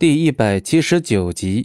第179集。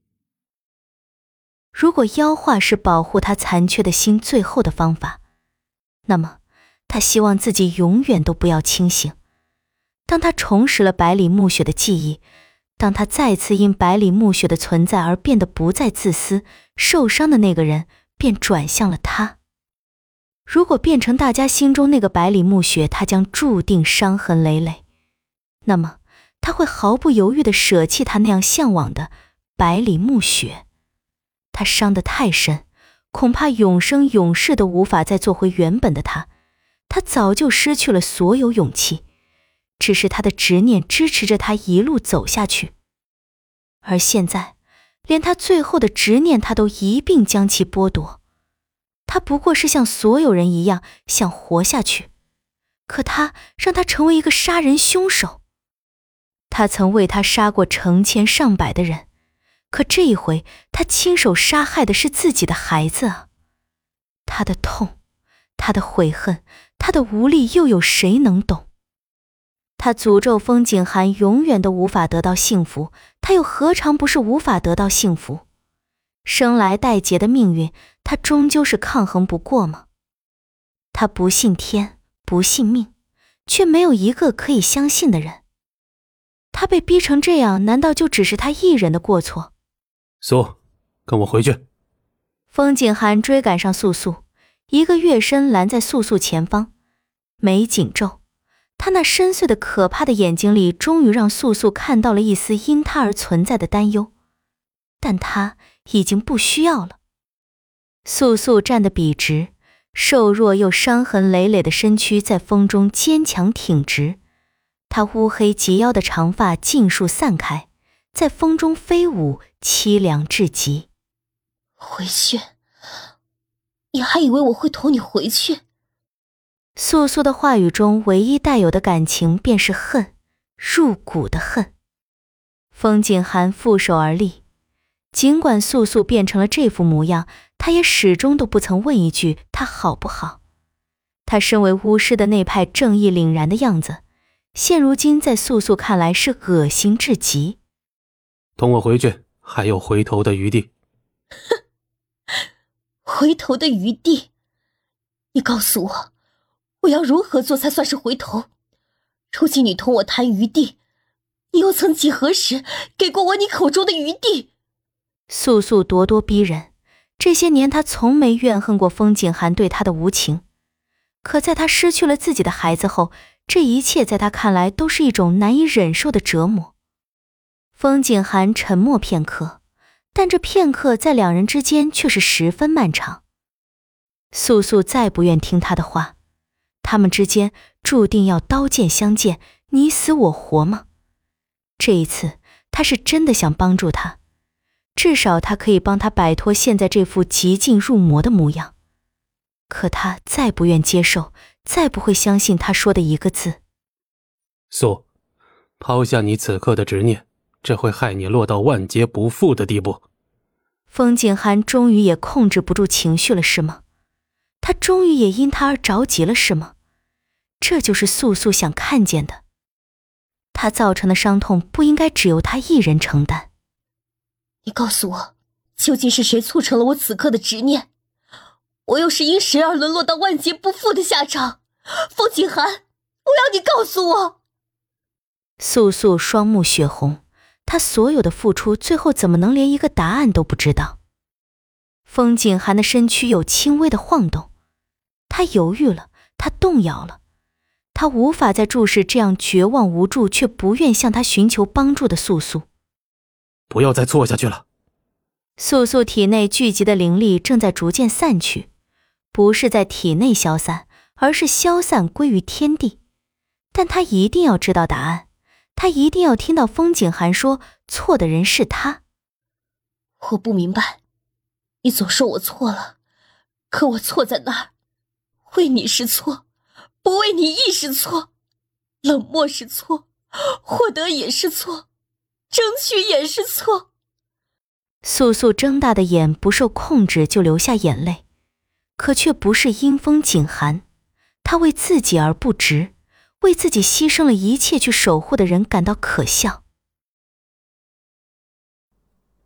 如果妖化是保护他残缺的心最后的方法，那么他希望自己永远都不要清醒。当他重拾了百里暮雪的记忆，当他再次因百里暮雪的存在而变得不再自私，受伤的那个人便转向了他。如果变成大家心中那个百里暮雪，他将注定伤痕累累，那么他会毫不犹豫地舍弃他那样向往的百里暮雪。他伤得太深，恐怕永生永世都无法再做回原本的他。他早就失去了所有勇气，只是他的执念支持着他一路走下去。而现在，连他最后的执念他都一并将其剥夺。他不过是像所有人一样想活下去，可他让他成为一个杀人凶手。他曾为他杀过成千上百的人，可这一回他亲手杀害的是自己的孩子啊！他的痛，他的悔恨，他的无力，又有谁能懂？他诅咒风景寒永远都无法得到幸福，他又何尝不是无法得到幸福？生来带劫的命运，他终究是抗衡不过吗？他不信天，不信命，却没有一个可以相信的人。他被逼成这样，难道就只是他一人的过错？ 素，跟我回去。 风景寒追赶上素素，一个跃身拦在素素前方，眉紧皱，他那深邃的可怕的眼睛里终于让素素看到了一丝因他而存在的担忧，但他已经不需要了。素素站得笔直，瘦弱又伤痕累累的身躯在风中坚强挺直，她乌黑及腰的长发尽数散开，在风中飞舞，凄凉至极。 回去？你还以为我会同你回去？ 素素的话语中唯一带有的感情便是恨，入骨的恨。风景寒负手而立，尽管素素变成了这副模样，他也始终都不曾问一句他好不好。他身为巫师的那派正义凛然的样子，现如今在素素看来是恶心至极。 同我回去，还有回头的余地。 哼，回头的余地？你告诉我，我要如何做才算是回头？如今你同我谈余地，你又曾几何时给过我你口中的余地？ 素素咄咄逼人，这些年他从没怨恨过风景寒对他的无情，可在他失去了自己的孩子后，这一切在他看来都是一种难以忍受的折磨。风景寒沉默片刻，但这片刻在两人之间却是十分漫长。素素再不愿听他的话，他们之间注定要刀剑相见，你死我活吗？这一次他是真的想帮助他，至少他可以帮他摆脱现在这副极尽入魔的模样。可他再不愿接受，再不会相信他说的一个字。 素，抛下你此刻的执念，这会害你落到万劫不复的地步。 风景寒终于也控制不住情绪了，是吗？他终于也因他而着急了，是吗？这就是素素想看见的。他造成的伤痛不应该只由他一人承担。 你告诉我，究竟是谁促成了我此刻的执念？我又是因谁而沦落到万劫不复的下场？风景寒，我要你告诉我。 素素双目血红，她所有的付出最后怎么能连一个答案都不知道？风景寒的身躯有轻微的晃动，他犹豫了，他动摇了，他无法再注视这样绝望无助却不愿向他寻求帮助的素素。 不要再错下去了。 素素体内聚集的灵力正在逐渐散去，不是在体内消散，而是消散归于天地。但他一定要知道答案，他一定要听到风景寒说错的人是他。 我不明白，你总说我错了，可我错在哪儿？为你是错，不为你亦是错，冷漠是错，获得也是错，争取也是错。 素素睁大的眼不受控制就流下眼泪，可却不是因风景寒，她为自己而不值，为自己牺牲了一切去守护的人感到可笑。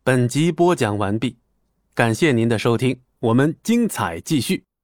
本集播讲完毕，感谢您的收听，我们精彩继续。